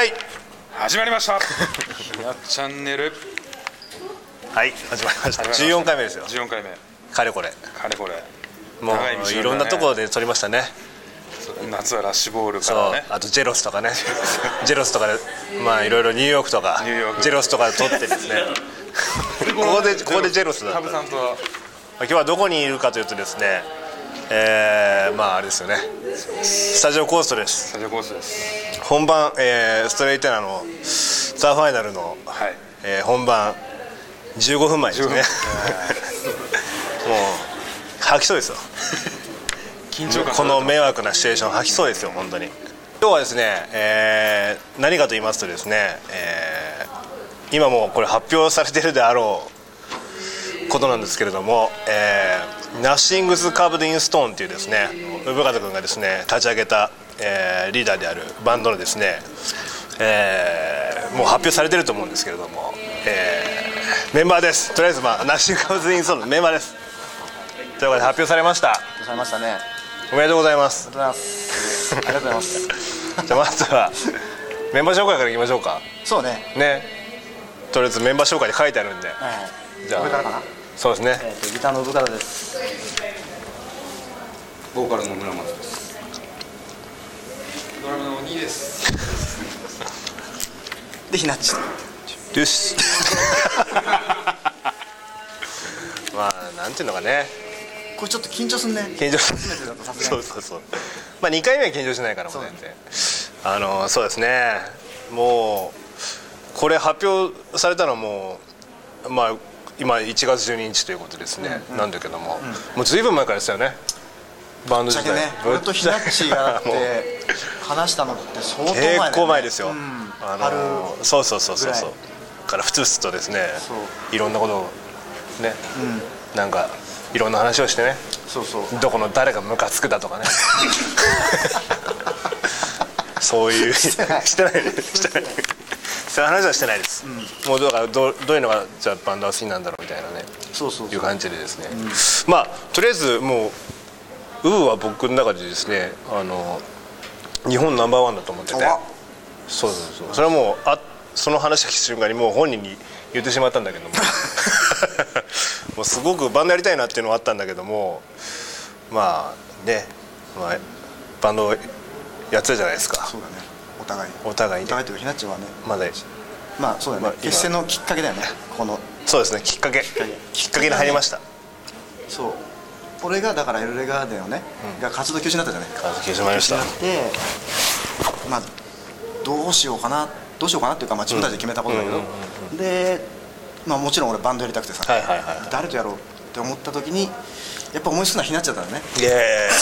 はい始まりましたひなチャンネル。 はい始まりました。14回目ですよ。 14回目かれこれもういろんなところで撮りましたね。 夏はラッシュボールからね、 あとジェロスとかねジェロスとかでまあいろいろニューヨークとかジェロスとかで撮ってですねここでジェロスだった。 羽生さんとは今日はどこにいるかというとですね、まああれですよね、スタジオコーストです。 スタジオコーストです。 本番、ストレイテナーのザ・ファイナルの、 はい、 本番15分前ですねもう吐きそうですよ緊張感。 この迷惑なシチュエーション吐きそうですよ本当に。今日はですね、何かと言いますとですね、今もうこれ発表されているであろうことなんですけれども、Nothing's Carved in Stone というですね、産方君がですね立ち上げた、リーダーであるバンドのですね、もう発表されていると思うんですけれども、メンバーです。とりあえずNothing's Carved in Stone のメンバーです。ということで発表されました。 発表されましたね。 おめでとうございます。 ありがとうございます。ありがとうございます。 じゃあまずはメンバー紹介からいきましょうか。 そうね。 とりあえずメンバー紹介で書いてあるんで、じゃあこれからかな。 そうですね、 ギターの産方です。 ボーカルの村松です。ドラムの鬼です。 でひなっちよしまあなんていうのかね、 これちょっと緊張すんね。 緊張する初めてだとさすがに。 そうまあ2回目は緊張しないからもう全然そうですね。もうこれ発表されたのもまあ今1月12日ということですね、なんだけども、もうずいぶん前からですよね、バンド自体。 俺とひなっちがって話したのって相当前だよね。 結構前ですよ。 春そうからふつふつとですね、いろんなことをね、なんかいろんな話をしてね、どこの誰がムカつくだとかねそういうしてないそういう話はしてないです、もうだからどういうのがじゃあバンドは好きなんだろうみたいなね、いう感じでですね、まあとりあえずもうウーは僕の中でですね日本ナンバーワンだと思ってて、そうそれはもうその話を聞いた瞬間にもう本人に言ってしまったんだけどももうすごくバンドやりたいなっていうのはあったんだけども、まあね、バンドやってたじゃないですか。 そうだね、お互いというかひなっちはね、 まだまあそうだね、結成のきっかけだよね。このそうですね、きっかけに入りました。 そう、俺がだからエルレガーデンをね、が活動休止になったじゃない。 活動休止になりました。 まあどうしようかなっていうか、自分たちで決めたことだけど、でまあもちろん俺バンドやりたくてさ、誰とやろうって思った時にやっぱ思いつくのはひなっちゃったんだね。 いや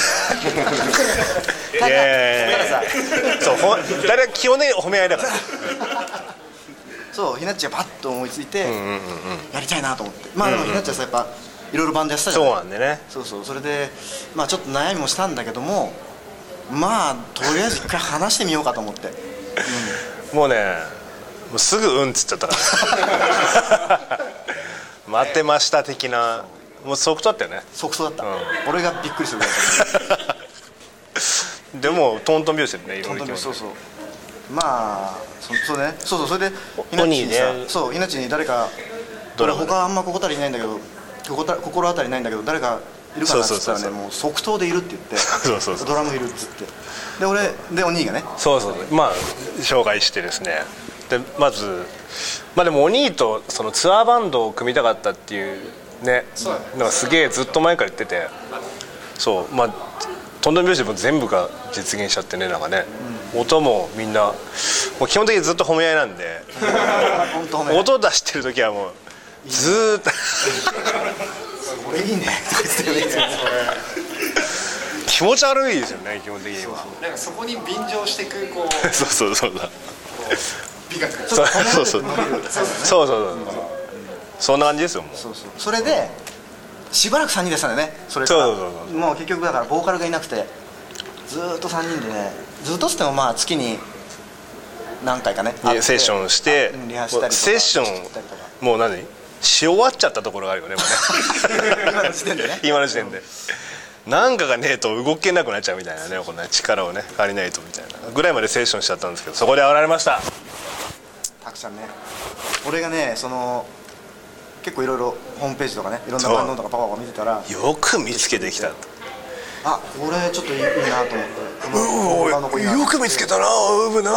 そう誰は基本的に褒め合いだからそうひなっちがパッと思いついてやりたいなと思って、まあでもひなっちはさやっぱいろいろバンドやってたじゃない。 そうなんでね。 それでまあちょっと悩みもしたんだけども、まあとりあえず一回話してみようかと思って、 もうね、もうすぐうんっつっちゃったから待ってました的な、もう即答だったよね。 即答だった、俺がびっくりするぐらいだったでもトントン拍子でね、いろいろそうまあそうね、それでひなっちにさ、そうひなっちに誰か他あんま心当たりないんだけど誰かいるかなっつったらね、もう即答でいるって言ってドラムいるっつって、で俺でお兄がね、 まあ紹介してですね、でまずでもお兄とそのツアーバンドを組みたかったっていうね、なんかすげえずっと前から言ってて、そうまあトントン拍子でも全部が実現しちゃってね、なんかね、音もみんなもう基本的にずっと褒め合いなんで音出してる時はもうずーっとこれいいね気持ち悪いですよね、基本的には。 なんかそこに便乗してくこうそうだ美学、 そんな感じですよ。もうそれでしばらく3人でしたんだよね。それからもう結局だからボーカルがいなくてずっと3人でね、ずっとっつってもまあ月に何回かねセッションしてリハしたりとか、 セッションもうし終わっちゃったところがあるよね、もうね今の時点でなんかがねえと動けなくなっちゃうみたいなね、このね力をね借りないとみたいなぐらいまでセッションしちゃったんですけど、そこで現れました。 たくさんね。俺がね結構いろいろホームページとかね、いろんなバンドとかパパパ見てたら、 よく見つけてきた。 あ、これちょっといいなと思って、 よく見つけたな、うぶな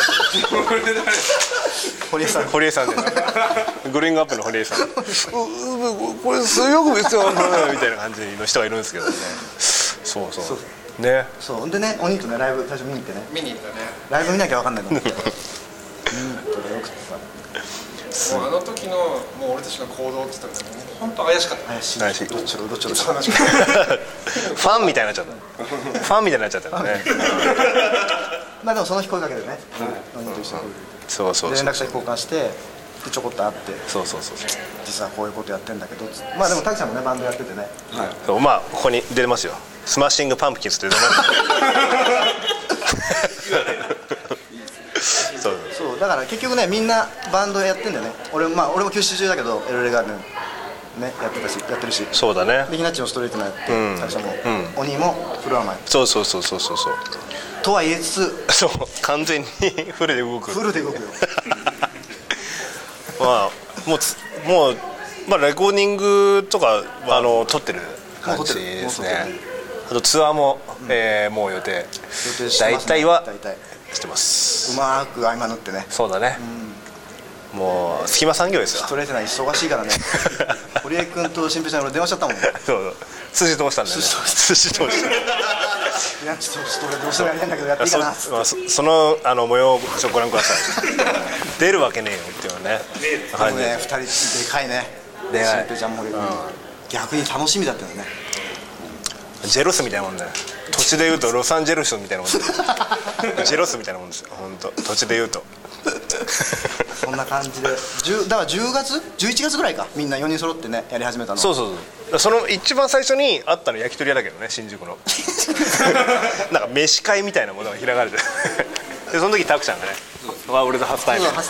堀江さんでグリーンアップの堀江さんこれすごく見つけたなみたいな感じの人がいるんですけどね。そうね。 そうでね、お兄とねライブ最初見に行ってね。 見に行ったね。 ライブ見なきゃ分かんないの。見に行ったらよくてさ、 もうあの時のもう俺たちの行動って言ったら本当怪しかった。 怪しい。どっちろファンみたいになっちゃったファンみたいになっちゃったよね。 まあでもその日声かけてね、お兄と一緒にそう連絡先交換して、でちょこっと会って、 そう実はこういうことやってんだけど、まあでも滝さんもねバンドやっててね、 まあここに出てますよ、スマッシングパンプキンズって出てますそうだから結局ね、みんなバンドやってんだよね。俺も休止中だけどエルレガーデンねやってるし、 そうだね。 でひなっちもストレートもやって、滝さんもお兄もフロアマン、 そうとは言いつつ、 そう完全にフルで動くよまあレコーディングとか撮ってる感じですね。あとツアーももう予定大体はしてます。 うまく合間縫ってね。 そうだね、もう隙間産業ですよ。 ストレートな忙しいからね。堀江君と新平ちゃんに俺電話しちゃったもん。 そう筋通したんだよね。筋通したいやちょっと俺どうしてもやりたいんだけどやっていいかな。 その模様をご覧ください。出るわけねえよっていうのね。 でもね、2人でかいね。 でかい。 新平ちゃんも堀江君、逆に楽しみだったよね。 ジェロスみたいなもんね。土地でいうとロサンゼルスみたいなもんです。ジェロスみたいなもんですよ本当。土地でいうとそんな感じでだから10月11月ぐらいか、みんな4人揃ってねやり始めたの。 そうその一番最初にあったの焼き鳥屋だけどね、新宿のなんか飯会みたいなものが開かれてでその時タクちゃんがね、俺と初対面、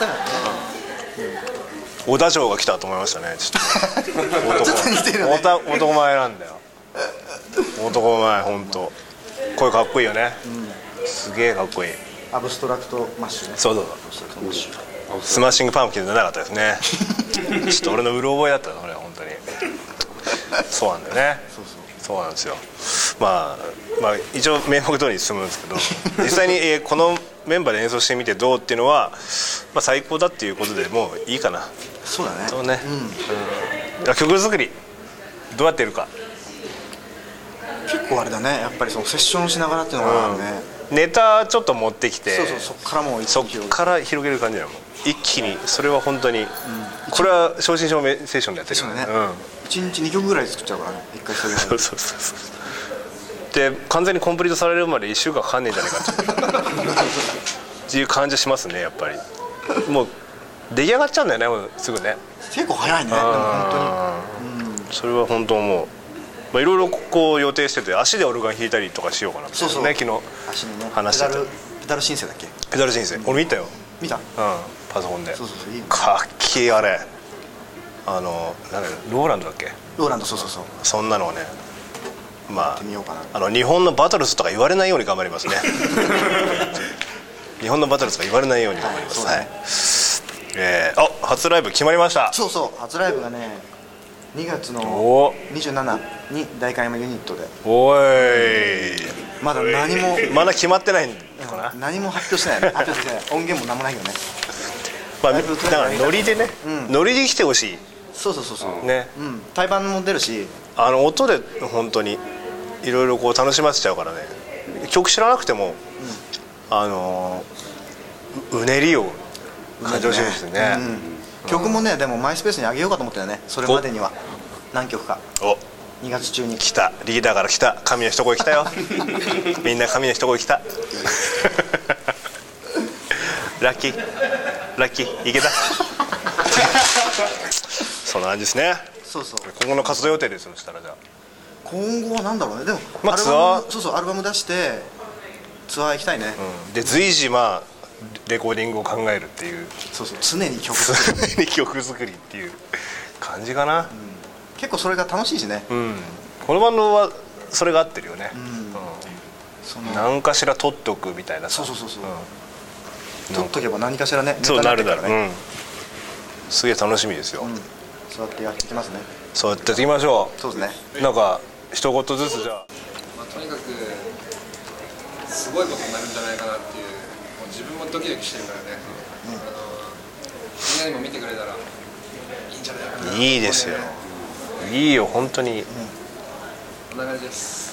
小田城が来たと思いましたね。ちょっとちょっと似てるよね。 男前なんだよ。男前本当。声かっこいいよね。すげえかっこいい。 アブストラクトマッシュね。 そうスマッシングパンプキンじゃなかったですね。ちょっと俺のうろ覚えだったの、俺は本当に。そうなんだよね。そうなんですよ。まあ一応名目通りに進むんですけど、実際にこのメンバーで演奏してみてどうっていうのは、最高だっていうことでもういいかな。 そうだね。 そうね。曲作りどうやってやるか。 結構あれだね、やっぱりそのセッションしながらっていうのがね、 ネタちょっと持ってきて、 そっからもうそっから広げる感じだもん。一気にそれは本当に、これは正真正銘セッションでやってるよね。 1日2曲ぐらい作っちゃうからね、1回それで。 そうで完全にコンプリートされるまで1週間かかんねえんじゃないかっていう感じしますね。やっぱりもう出来上がっちゃうんだよね、もうすぐね。 結構早いね、でも本当に。それは本当思う。いろいろこう予定してて、足でオルガン弾いたりとかしようかなみたいなね。昨日足にね話してた。ペダルシンセだっけ。 ペダルシンセ俺見たよ。 見た。 パソコンでかっけえ。あれなんだローランドだっけ。 ローランド。そうそんなのをね、日本のバトルズとか言われないように頑張りますね。日本のバトルズとか言われないように頑張ります。初ライブ決まりました。 そう初ライブがね2月の27に代官山ユニットで。 おいまだ何もまだ決まってないのかな。 何も発表してない。音源も何もないよね。 だからノリでね、ノリで来てほしい。 そうね。 対バンも出るし、 音で本当にいろいろこう楽しませちゃうからね。曲知らなくてもうねりを感じほしいですね。 曲もね、でもマイスペースにあげようかと思ったよね。それまでには何曲か。2月中に来た。リーダーから来た。神の一声来たよ。みんな神の一声来た。ラッキーいけた。そんな感じですね。今後の活動予定ですよ。そしたらじゃあ今後はなんだろうね。でもツアーアルバム出してツアー行きたいね。 で随時レコーディングを考えるっていう。 常に曲作りっていう感じかな。 結構それが楽しいしね。 このバンドはそれが合ってるよね。何かしら取っておくみたいな。 そう、取っとけば何かしらね、 そうなるだろう。すげえ楽しみですよ。 そうやってやっていきますね。 そうやってやっていきましょう。 そうですね。 なんか一言ずつじゃあ。 とにかくすごいことになるんじゃないかなっていう、もう自分もドキドキしてるからね、みんなにも見てくれたらいいんじゃないかな。 いいですよ、いいよ本当に。 こんな感じです。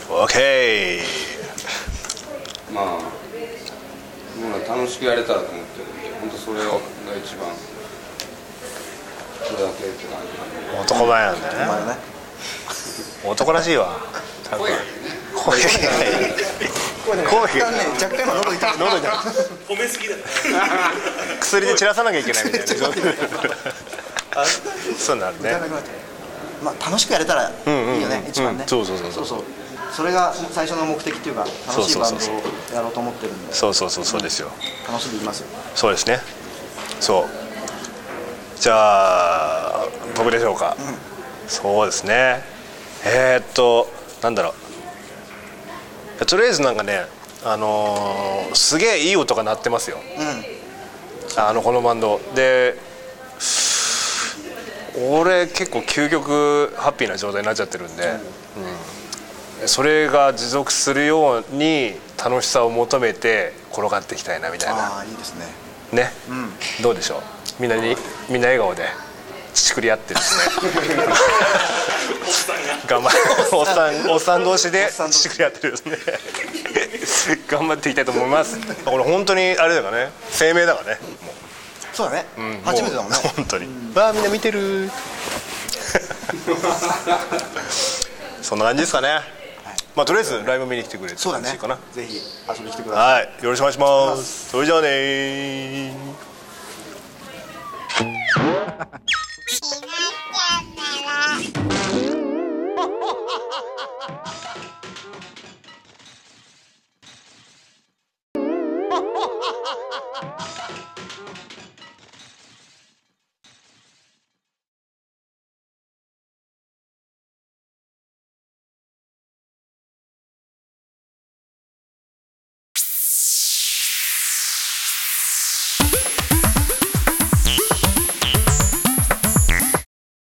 OK。 まあ僕ら楽しくやれたらと思ってるんで、本当それが一番、それだけって感じ。 男前なんだよね。男らしいわ。声が若干今喉痛い。 褒めすぎだ。 薬で散らさなきゃいけないみたいな。そうなるね。 まあ楽しくやれたらいいよね、一番ね。 そう。 それが最初の目的っていうか、楽しいバンドをやろうと思ってるんで。 そうですよ。 楽しんでいきますよ。 そうですね。そう。じゃあ僕でしょうか。そうですね。なんだろう。とりあえずなんかね、すげえいい音が鳴ってますよ。このバンドで、俺結構究極ハッピーな状態になっちゃってるんで、それが持続するように楽しさを求めて転がっていきたいなみたいな。 ああ、いいですね。 ね、どうでしょう。みんな笑顔でちくり合ってですね。頑張っておっさん同士でちくり合ってるですね。頑張っていきたいと思います。これ本当にあれだからね、声明だからね。 そうだね。初めてだもんね。 本当に。わあ、みんな見てる。そんな感じですかね。まあとりあえずライブ見に来てくれてそうだね。 かな。 ぜひ遊びに来てください。 はい、よろしくお願いします。それじゃあね。